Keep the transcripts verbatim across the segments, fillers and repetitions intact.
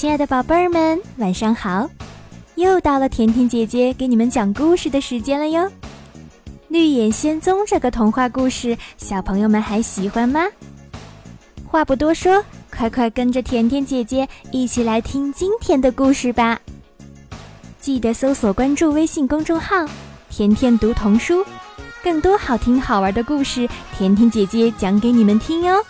亲爱的宝贝儿们，晚上好！又到了甜甜姐姐给你们讲故事的时间了哟。绿野仙踪这个童话故事，小朋友们还喜欢吗？话不多说，快快跟着甜甜姐姐一起来听今天的故事吧。记得搜索关注微信公众号甜甜读童书，更多好听好玩的故事，甜甜姐姐讲给你们听哦。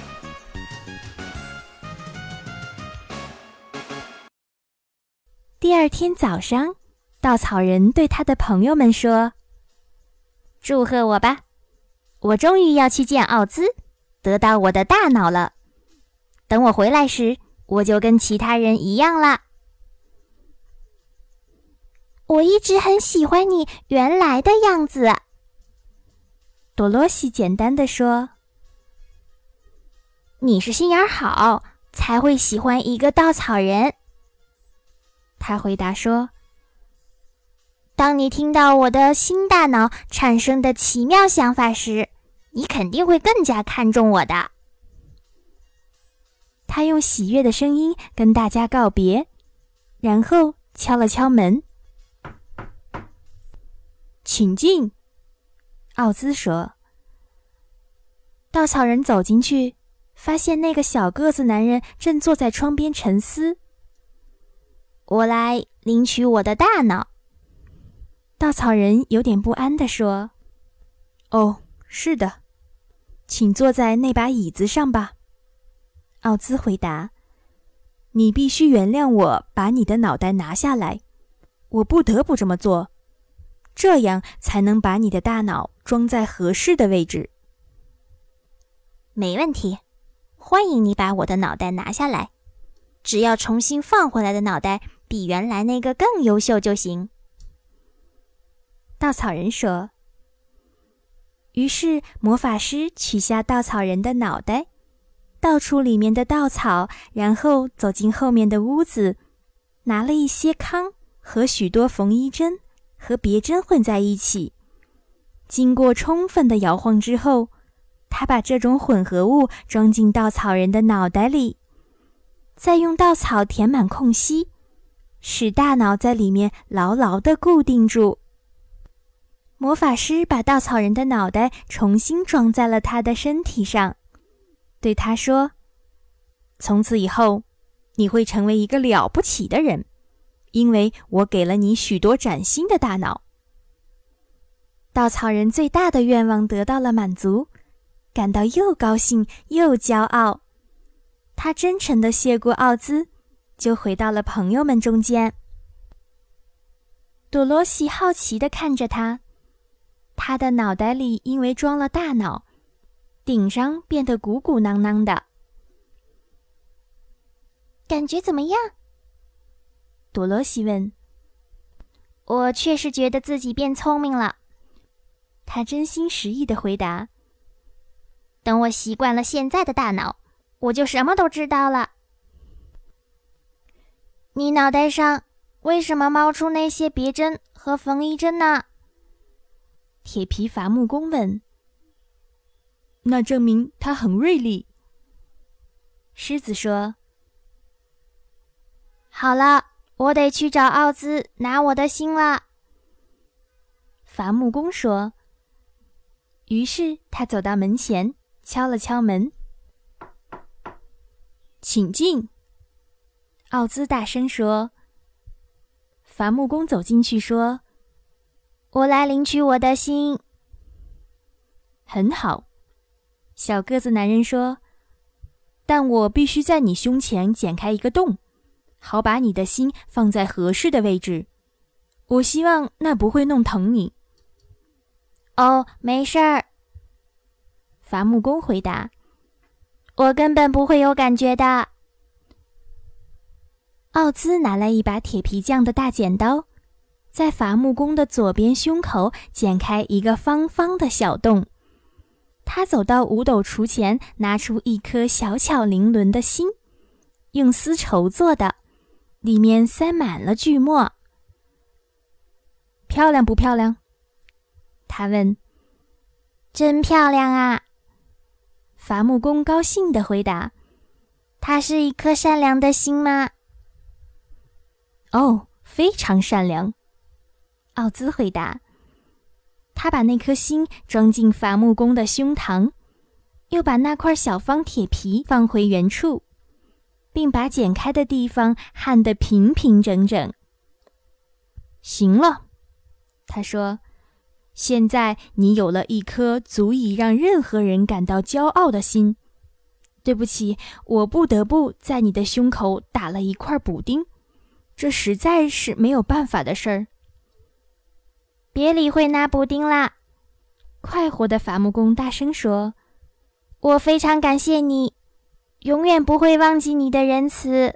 第二天早上，稻草人对他的朋友们说：祝贺我吧，我终于要去见奥兹，得到我的大脑了。等我回来时，我就跟其他人一样了。 我一直很喜欢你原来的样子， 多罗西简单地说。 你是心眼好，才会喜欢一个稻草人。 他回答说， 当你听到我的新大脑产生的奇妙想法时，你肯定会更加看重我的。 他用喜悦的声音跟大家告别，然后敲了敲门。请进，奥兹说。稻草人走进去，发现那个小个子男人正坐在窗边沉思。 我来领取我的大脑。 稻草人有点不安地说。哦，是的，请坐在那把椅子上吧。奥兹回答。你必须原谅我把你的脑袋拿下来，我不得不这么做，这样才能把你的大脑装在合适的位置。 没问题，欢迎你把我的脑袋拿下来，只要重新放回来的脑袋比原来那个更优秀就行。 稻草人说。于是魔法师取下稻草人的脑袋，倒出里面的稻草，然后走进后面的屋子，拿了一些糠和许多缝衣针和别针混在一起。经过充分的摇晃之后，他把这种混合物装进稻草人的脑袋里，再用稻草填满空隙，使大脑在里面牢牢地固定住。魔法师把稻草人的脑袋重新装在了他的身体上，对他说：从此以后，你会成为一个了不起的人，因为我给了你许多崭新的大脑。稻草人最大的愿望得到了满足，感到又高兴又骄傲。他真诚地谢过奥兹，就回到了朋友们中间。多罗西好奇地看着他，他的脑袋里因为装了大脑，顶上变得鼓鼓囊囊的。 感觉怎么样？ 多罗西问。 我确实觉得自己变聪明了， 他真心实意地回答。 等我习惯了现在的大脑，我就什么都知道了。你脑袋上为什么冒出那些别针和缝衣针呢？ 铁皮伐木工问。那证明他很锐利。狮子说。 好了，我得去找奥兹拿我的心了。 伐木工说。于是他走到门前，敲了敲门。请进，奥兹大声说。伐木工走进去说， 我来领取我的心。 很好，小个子男人说，但我必须在你胸前剪开一个洞，好把你的心放在合适的位置。我希望那不会弄疼你。 哦，没事儿。 伐木工回答。 我根本不会有感觉的。 奥兹拿来一把铁皮匠的大剪刀，在伐木工的左边胸口剪开一个方方的小洞。他走到五斗橱前，拿出一颗小巧玲珑的心，用丝绸做的，里面塞满了锯末。漂亮不漂亮？他问。 真漂亮啊！ 伐木工高兴地回答。 它是一颗善良的心吗？ 哦，非常善良。奥兹回答。他把那颗心装进伐木工的胸膛，又把那块小方铁皮放回原处，并把剪开的地方焊得平平整整。行了，他说，现在你有了一颗足以让任何人感到骄傲的心。对不起，我不得不在你的胸口打了一块补丁，这实在是没有办法的事儿。 别理会那补丁啦， 快活的伐木工大声说， 我非常感谢你，永远不会忘记你的仁慈。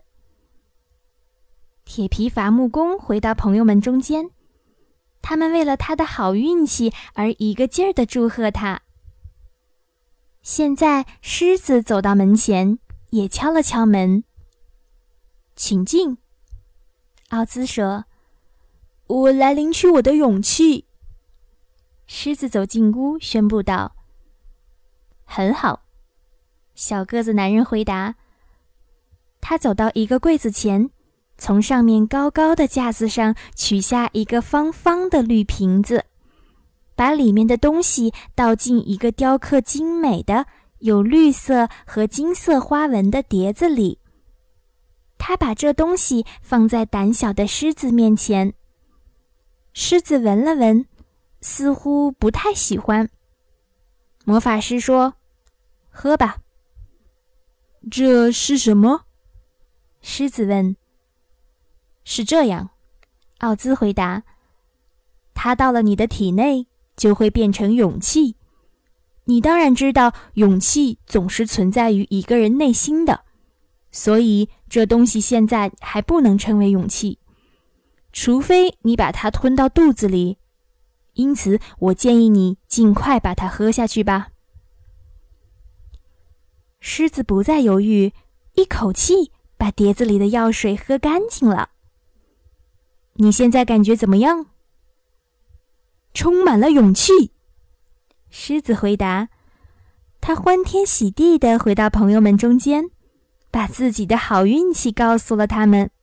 铁皮伐木工回到朋友们中间，他们为了他的好运气而一个劲儿地祝贺他。现在狮子走到门前，也敲了敲门。请进，奥兹说，我来领取我的勇气。狮子走进屋，宣布道。很好，小个子男人回答。他走到一个柜子前，从上面高高的架子上取下一个方方的绿瓶子，把里面的东西倒进一个雕刻精美的有绿色和金色花纹的碟子里。他把这东西放在胆小的狮子面前。狮子闻了闻，似乎不太喜欢。魔法师说，喝吧。这是什么？狮子问。是这样，奥兹回答，它到了你的体内就会变成勇气。你当然知道勇气总是存在于一个人内心的，所以这东西现在还不能称为勇气，除非你把它吞到肚子里。因此我建议你尽快把它喝下去吧。狮子不再犹豫，一口气把碟子里的药水喝干净了。你现在感觉怎么样？充满了勇气，狮子回答。他欢天喜地地回到朋友们中间，把自己的好运气告诉了他们。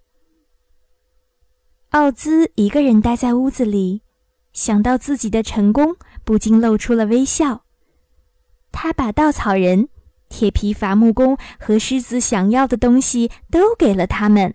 奥兹一个人待在屋子里，想到自己的成功，不禁露出了微笑。他把稻草人、铁皮伐木工和狮子想要的东西都给了他们。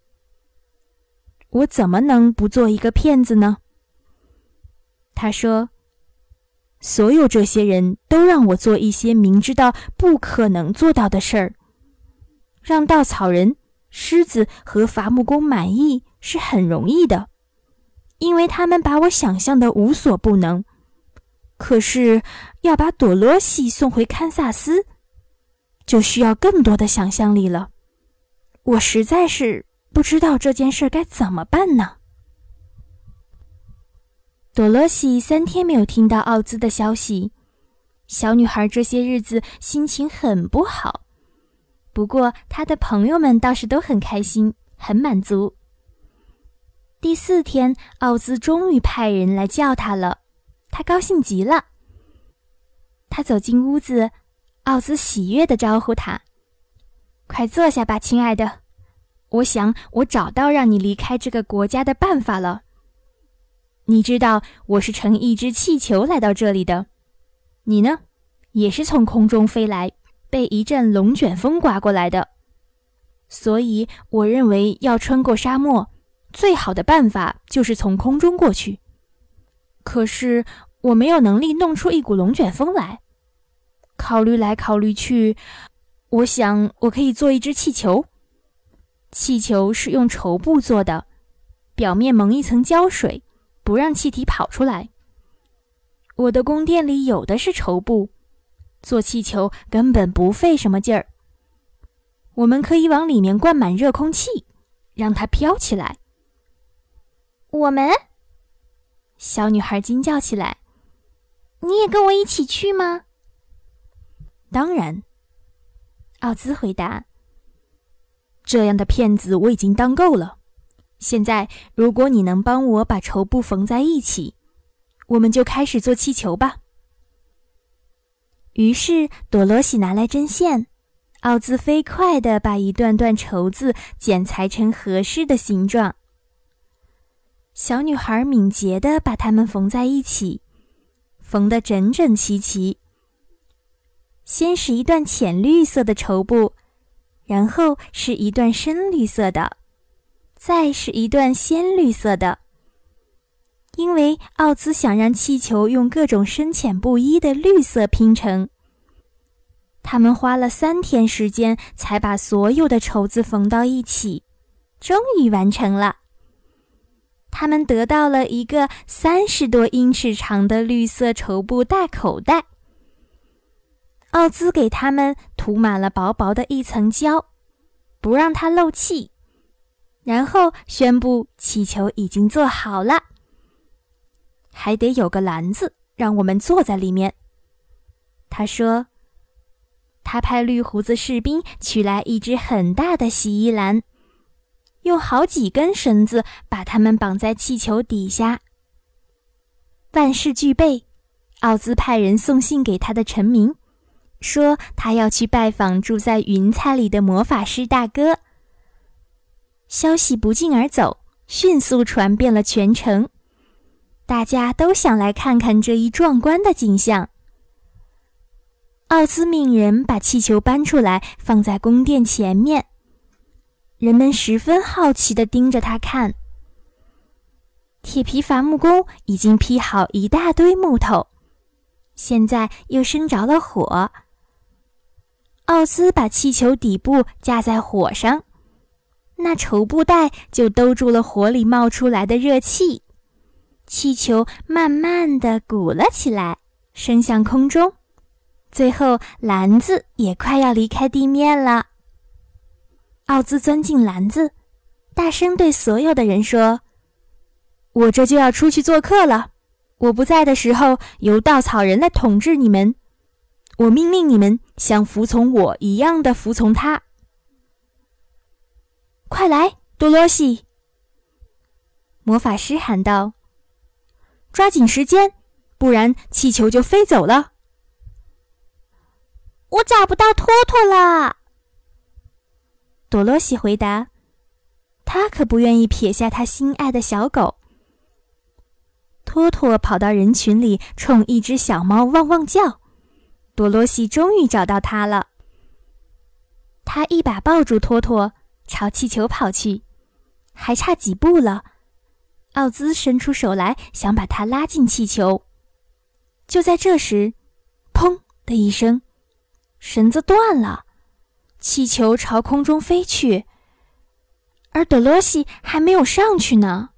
我怎么能不做一个骗子呢？他说，所有这些人都让我做一些明知道不可能做到的事儿。让稻草人、狮子和伐木工满意是很容易的，因为他们把我想象的无所不能。可是要把朵罗西送回堪萨斯，就需要更多的想象力了。我实在是不知道这件事该怎么办呢。朵罗西三天没有听到奥兹的消息，小女孩这些日子心情很不好。不过她的朋友们倒是都很开心，很满足。第四天，奥兹终于派人来叫她了，她高兴极了。她走进屋子，奥兹喜悦地招呼她：“快坐下吧，亲爱的。我想我找到让你离开这个国家的办法了。你知道我是乘一只气球来到这里的，你呢，也是从空中飞来，被一阵龙卷风刮过来的。所以我认为要穿过沙漠，最好的办法就是从空中过去。可是我没有能力弄出一股龙卷风来。考虑来考虑去，我想我可以做一只气球。气球是用绸布做的，表面蒙一层胶水，不让气体跑出来。我的宫殿里有的是绸布，做气球根本不费什么劲儿。我们可以往里面灌满热空气，让它飘起来。 我们？ 小女孩惊叫起来。 你也跟我一起去吗？ 当然，奥兹回答。这样的骗子我已经当够了。现在，如果你能帮我把绸布缝在一起，我们就开始做气球吧。于是，朵罗西拿来针线， 奥兹飞快地把一段段绸子剪裁成合适的形状。小女孩敏捷地把它们缝在一起，缝得整整齐齐。先是一段浅绿色的绸布，然后是一段深绿色的，再是一段鲜绿色的。因为奥兹想让气球用各种深浅不一的绿色拼成，他们花了三天时间才把所有的绸子缝到一起，终于完成了。他们得到了一个三十多英尺长的绿色绸布大口袋。奥兹给他们涂满了薄薄的一层胶，不让它漏气，然后宣布气球已经做好了。还得有个篮子，让我们坐在里面。他说，他派绿胡子士兵取来一只很大的洗衣篮，用好几根绳子把它们绑在气球底下。万事俱备，奥兹派人送信给他的臣民，说他要去拜访住在云彩里的魔法师大哥。消息不胫而走，迅速传遍了全城。大家都想来看看这一壮观的景象。奥兹命人把气球搬出来，放在宫殿前面。人们十分好奇地盯着他看。铁皮伐木工已经劈好一大堆木头，现在又生着了火。奥兹把气球底部架在火上，那绸布袋就兜住了火里冒出来的热气。气球慢慢地鼓了起来，升向空中，最后篮子也快要离开地面了。奥兹钻进篮子，大声对所有的人说，我这就要出去做客了，我不在的时候由稻草人来统治你们，我命令你们像服从我一样的服从他。快来，多罗西！魔法师喊道，抓紧时间，不然气球就飞走了。 我找不到托托了。 多罗西回答，他可不愿意撇下他心爱的小狗。托托跑到人群里，冲一只小猫汪汪叫。多罗西终于找到它了。他一把抱住托托，朝气球跑去。还差几步了，奥兹伸出手来，想把它拉进气球。就在这时，砰的一声，绳子断了，气球朝空中飞去，而德罗西还没有上去呢。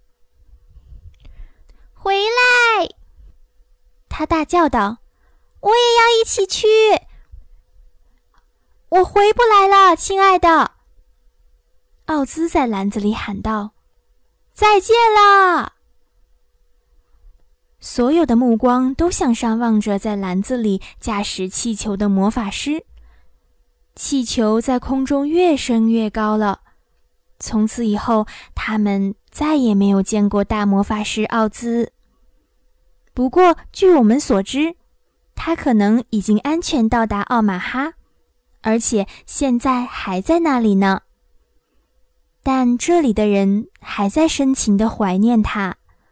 回来！ 他大叫道， 我也要一起去。 我回不来了，亲爱的。奥兹在篮子里喊道，再见啦！所有的目光都向上望着在篮子里驾驶气球的魔法师。气球在空中越升越高了，从此以后，他们再也没有见过大魔法师奥兹。不过，据我们所知，他可能已经安全到达奥马哈，而且现在还在那里呢。但这里的人还在深情地怀念他。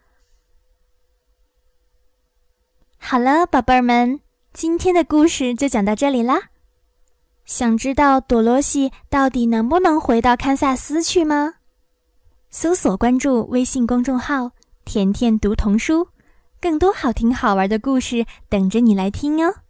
好了，宝贝儿们，今天的故事就讲到这里啦。想知道多罗西到底能不能回到堪萨斯去吗？搜索关注微信公众号“甜甜读童书”，更多好听好玩的故事等着你来听哦。